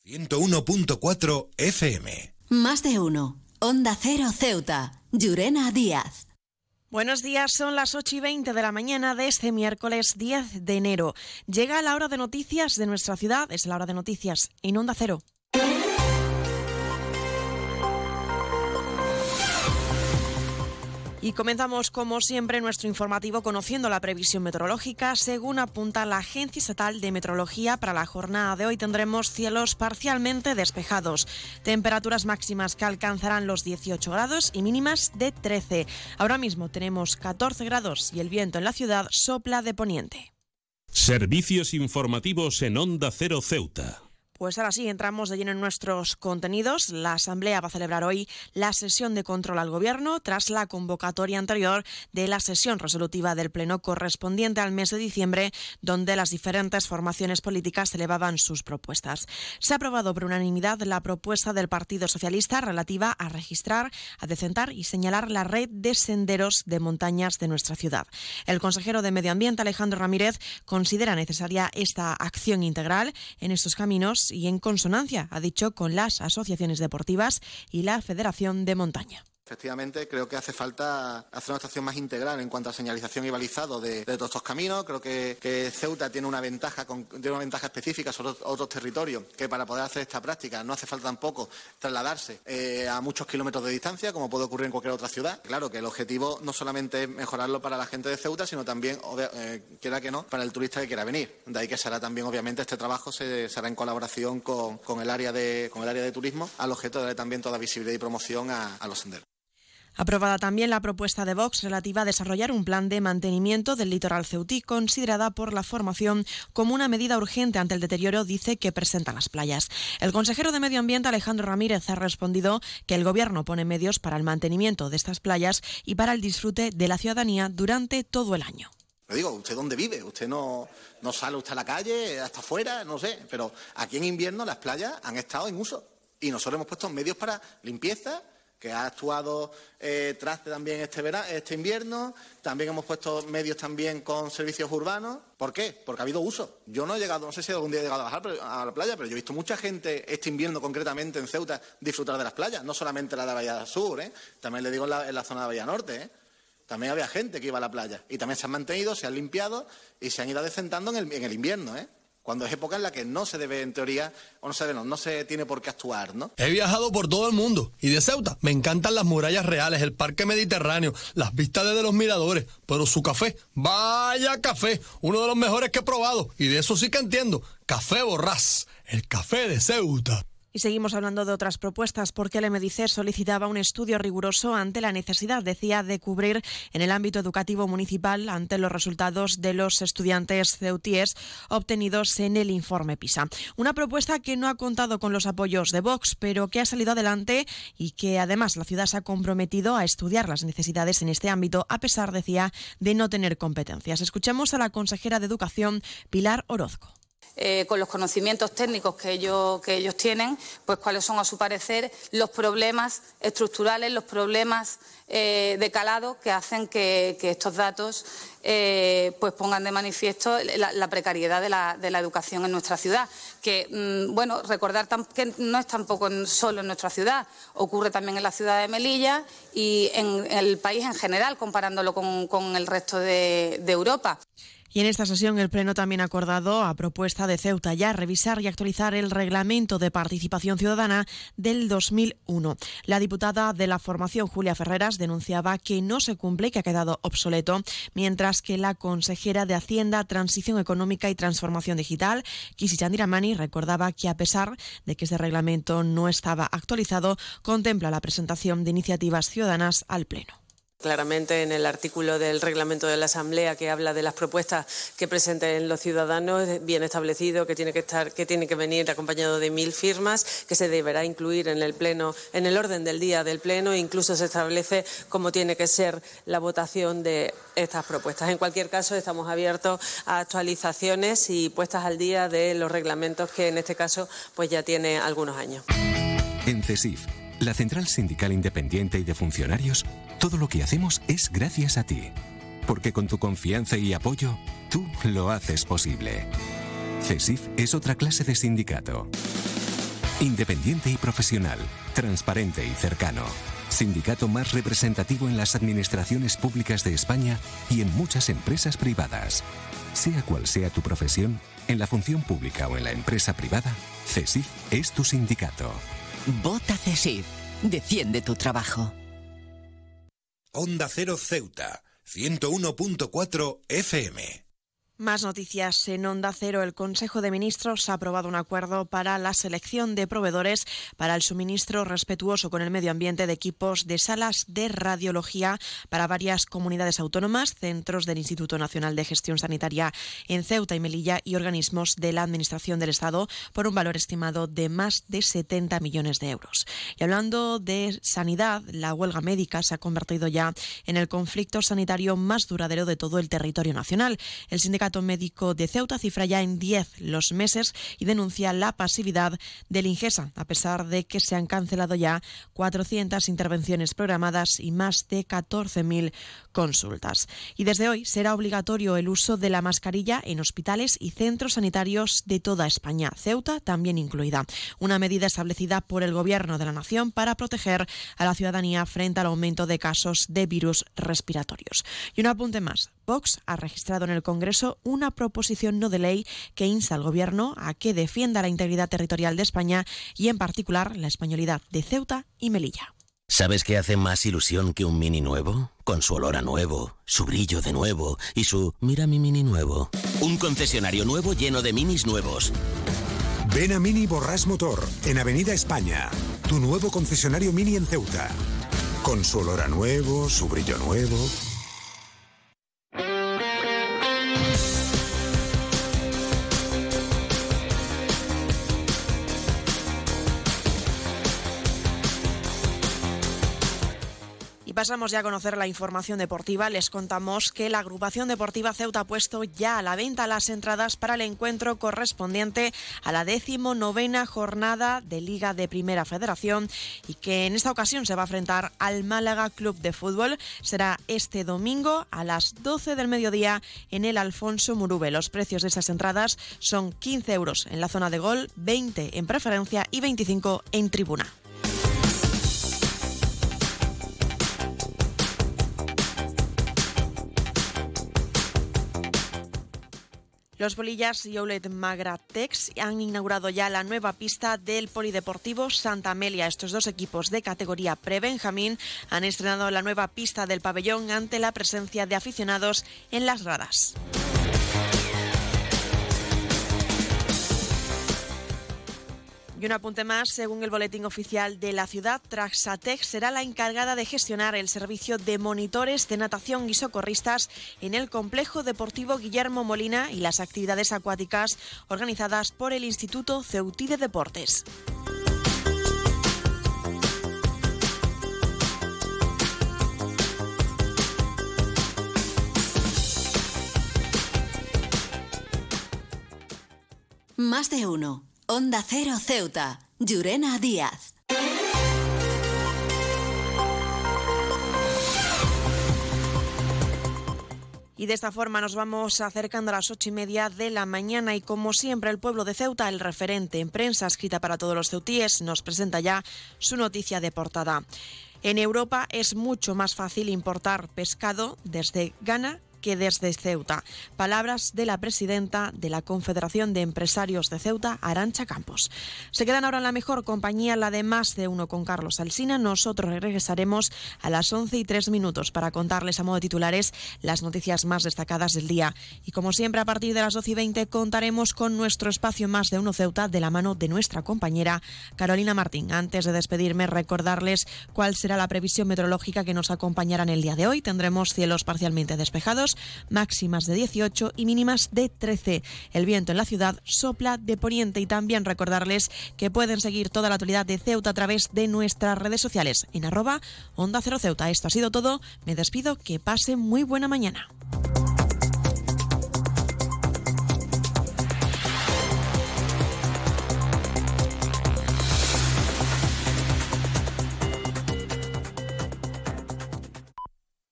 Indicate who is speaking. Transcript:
Speaker 1: 101.4 FM.
Speaker 2: Más de uno. Onda Cero Ceuta. Llurena Díaz.
Speaker 3: Buenos días, son las 8:20 de la mañana de este miércoles 10 de enero. Llega la hora de noticias de nuestra ciudad, es la hora de noticias en Onda Cero. Y comenzamos, como siempre, nuestro informativo conociendo la previsión meteorológica. Según apunta la Agencia Estatal de Meteorología, para la jornada de hoy tendremos cielos parcialmente despejados. Temperaturas máximas que alcanzarán los 18 grados y mínimas de 13. Ahora mismo tenemos 14 grados y el viento en la ciudad sopla de poniente.
Speaker 4: Servicios informativos en Onda Cero Ceuta.
Speaker 3: Pues ahora sí, entramos de lleno en nuestros contenidos. La Asamblea va a celebrar hoy la sesión de control al Gobierno tras la convocatoria anterior de la sesión resolutiva del Pleno correspondiente al mes de diciembre, donde las diferentes formaciones políticas elevaban sus propuestas. Se ha aprobado por unanimidad la propuesta del Partido Socialista relativa a registrar, adecentar y señalar la red de senderos de montañas de nuestra ciudad. El consejero de Medio Ambiente, Alejandro Ramírez, considera necesaria esta acción integral en estos caminos y en consonancia, ha dicho, con las asociaciones deportivas y la Federación de Montaña.
Speaker 5: Efectivamente, creo que hace falta hacer una actuación más integral en cuanto a señalización y balizado de todos estos caminos. Creo que Ceuta tiene una ventaja específica sobre otros territorios, que para poder hacer esta práctica no hace falta tampoco trasladarse a muchos kilómetros de distancia, como puede ocurrir en cualquier otra ciudad. Claro que el objetivo no solamente es mejorarlo para la gente de Ceuta, sino también, quiera que no, para el turista que quiera venir. De ahí que será también, obviamente, este trabajo se hará en colaboración con el área de turismo, al objeto de darle también toda visibilidad y promoción a los senderos.
Speaker 3: Aprobada también la propuesta de Vox relativa a desarrollar un plan de mantenimiento del litoral ceutí, considerada por la formación como una medida urgente ante el deterioro, dice, que presentan las playas. El consejero de Medio Ambiente, Alejandro Ramírez, ha respondido que el Gobierno pone medios para el mantenimiento de estas playas y para el disfrute de la ciudadanía durante todo el año.
Speaker 5: Le digo, ¿usted dónde vive? Usted no sale usted a la calle, hasta afuera, no sé, pero aquí en invierno las playas han estado en uso y nosotros hemos puesto medios para limpieza, que ha actuado Traste también este invierno. También hemos puesto medios también con servicios urbanos. ¿Por qué? Porque ha habido uso. Yo no he llegado, no sé si algún día he llegado a bajar a la playa, pero yo he visto mucha gente este invierno concretamente en Ceuta disfrutar de las playas, no solamente la de Bahía Sur, también le digo en la zona de Bahía Norte, También había gente que iba a la playa y también se han mantenido, se han limpiado y se han ido adecentando en el invierno, cuando es época en la que no se debe, en teoría, o no se tiene por qué actuar, ¿no?
Speaker 6: He viajado por todo el mundo y de Ceuta me encantan las murallas reales, el parque mediterráneo, las vistas desde los miradores, pero su café, vaya café, uno de los mejores que he probado y de eso sí que entiendo, Café Borrás, el café de Ceuta.
Speaker 3: Y seguimos hablando de otras propuestas porque el MDC solicitaba un estudio riguroso ante la necesidad, decía, de cubrir en el ámbito educativo municipal ante los resultados de los estudiantes ceutíes obtenidos en el informe PISA. Una propuesta que no ha contado con los apoyos de Vox, pero que ha salido adelante y que además la ciudad se ha comprometido a estudiar las necesidades en este ámbito, a pesar, decía, de no tener competencias. Escuchemos a la consejera de Educación, Pilar Orozco.
Speaker 7: Con los conocimientos técnicos que ellos tienen, pues cuáles son, a su parecer, los problemas estructurales, los problemas de calado que hacen que estos datos pues pongan de manifiesto la precariedad de la educación en nuestra ciudad. Que, recordar que no es tampoco solo en nuestra ciudad, ocurre también en la ciudad de Melilla y en el país en general, comparándolo con el resto de Europa.
Speaker 3: Y en esta sesión el Pleno también ha acordado, a propuesta de Ceuta ya, revisar y actualizar el Reglamento de Participación Ciudadana del 2001. La diputada de la formación, Julia Ferreras, denunciaba que no se cumple y que ha quedado obsoleto, mientras que la consejera de Hacienda, Transición Económica y Transformación Digital, Kisi Chandiramani, recordaba que a pesar de que este reglamento no estaba actualizado, contempla la presentación de iniciativas ciudadanas al Pleno.
Speaker 8: Claramente en el artículo del reglamento de la Asamblea que habla de las propuestas que presenten los ciudadanos, bien establecido que tiene que venir acompañado de 1000 firmas, que se deberá incluir en el Pleno, en el orden del día del Pleno, e incluso se establece cómo tiene que ser la votación de estas propuestas. En cualquier caso, estamos abiertos a actualizaciones y puestas al día de los reglamentos que en este caso pues ya tiene algunos años.
Speaker 9: En CESIF, la Central Sindical Independiente y de Funcionarios, todo lo que hacemos es gracias a ti. Porque con tu confianza y apoyo, tú lo haces posible. CESIF es otra clase de sindicato. Independiente y profesional, transparente y cercano. Sindicato más representativo en las administraciones públicas de España y en muchas empresas privadas. Sea cual sea tu profesión, en la función pública o en la empresa privada, CESIF es tu sindicato.
Speaker 2: Vota CESIF. Defiende tu trabajo.
Speaker 1: Onda Cero Ceuta, 101.4 FM.
Speaker 3: Más noticias en Onda Cero. El Consejo de Ministros ha aprobado un acuerdo para la selección de proveedores para el suministro respetuoso con el medio ambiente de equipos de salas de radiología para varias comunidades autónomas, centros del Instituto Nacional de Gestión Sanitaria en Ceuta y Melilla y organismos de la Administración del Estado por un valor estimado de más de 70 millones de euros. Y hablando de sanidad, la huelga médica se ha convertido ya en el conflicto sanitario más duradero de todo el territorio nacional. El Sindicato Médico de Ceuta cifra ya en 10 los meses y denuncia la pasividad del Ingesa, a pesar de que se han cancelado ya 400 intervenciones programadas y más de 14.000 consultas. Y desde hoy será obligatorio el uso de la mascarilla en hospitales y centros sanitarios de toda España, Ceuta también incluida. Una medida establecida por el Gobierno de la Nación para proteger a la ciudadanía frente al aumento de casos de virus respiratorios. Y un apunte más. Vox ha registrado en el Congreso una proposición no de ley que insta al Gobierno a que defienda la integridad territorial de España y, en particular, la españolidad de Ceuta y Melilla.
Speaker 10: ¿Sabes qué hace más ilusión que un Mini nuevo? Con su olor a nuevo, su brillo de nuevo y su «mira mi Mini nuevo». Un concesionario nuevo lleno de Minis nuevos.
Speaker 1: Ven a Mini Borràs Motor, en Avenida España. Tu nuevo concesionario Mini en Ceuta. Con su olor a nuevo, su brillo nuevo...
Speaker 3: Pasamos ya a conocer la información deportiva. Les contamos que la agrupación deportiva Ceuta ha puesto ya a la venta las entradas para el encuentro correspondiente a la 19ª jornada de Liga de Primera Federación y que en esta ocasión se va a enfrentar al Málaga Club de Fútbol. Será este domingo a las 12 del mediodía en el Alfonso Murube. Los precios de esas entradas son 15 euros en la zona de gol, 20 en preferencia y 25 en tribuna. Los bolillas y Outlet Magratex han inaugurado ya la nueva pista del Polideportivo Santa Amelia. Estos dos equipos de categoría pre-Benjamín han estrenado la nueva pista del pabellón ante la presencia de aficionados en las gradas. Y un apunte más, según el boletín oficial de la ciudad, Traxatec será la encargada de gestionar el servicio de monitores de natación y socorristas en el complejo deportivo Guillermo Molina y las actividades acuáticas organizadas por el Instituto Ceutí de Deportes.
Speaker 2: Más de uno. Onda Cero Ceuta, Llurena Díaz.
Speaker 3: Y de esta forma nos vamos acercando a las 8:30 de la mañana y como siempre el pueblo de Ceuta, el referente en prensa escrita para todos los ceutíes, nos presenta ya su noticia de portada. En Europa es mucho más fácil importar pescado desde Ghana que desde Ceuta. Palabras de la presidenta de la Confederación de Empresarios de Ceuta, Arantxa Campos. Se quedan ahora en la mejor compañía, la de Más de Uno con Carlos Alsina. Nosotros regresaremos a las 11:03 para contarles a modo de titulares las noticias más destacadas del día. Y como siempre, a partir de las 12:20 contaremos con nuestro espacio Más de Uno Ceuta de la mano de nuestra compañera Carolina Martín. Antes de despedirme, recordarles cuál será la previsión meteorológica que nos acompañará en el día de hoy. Tendremos cielos parcialmente despejados, máximas de 18 y mínimas de 13. El viento en la ciudad sopla de poniente y también recordarles que pueden seguir toda la actualidad de Ceuta a través de nuestras redes sociales en @Onda Cero Ceuta. Esto ha sido todo. Me despido. Que pasen muy buena mañana.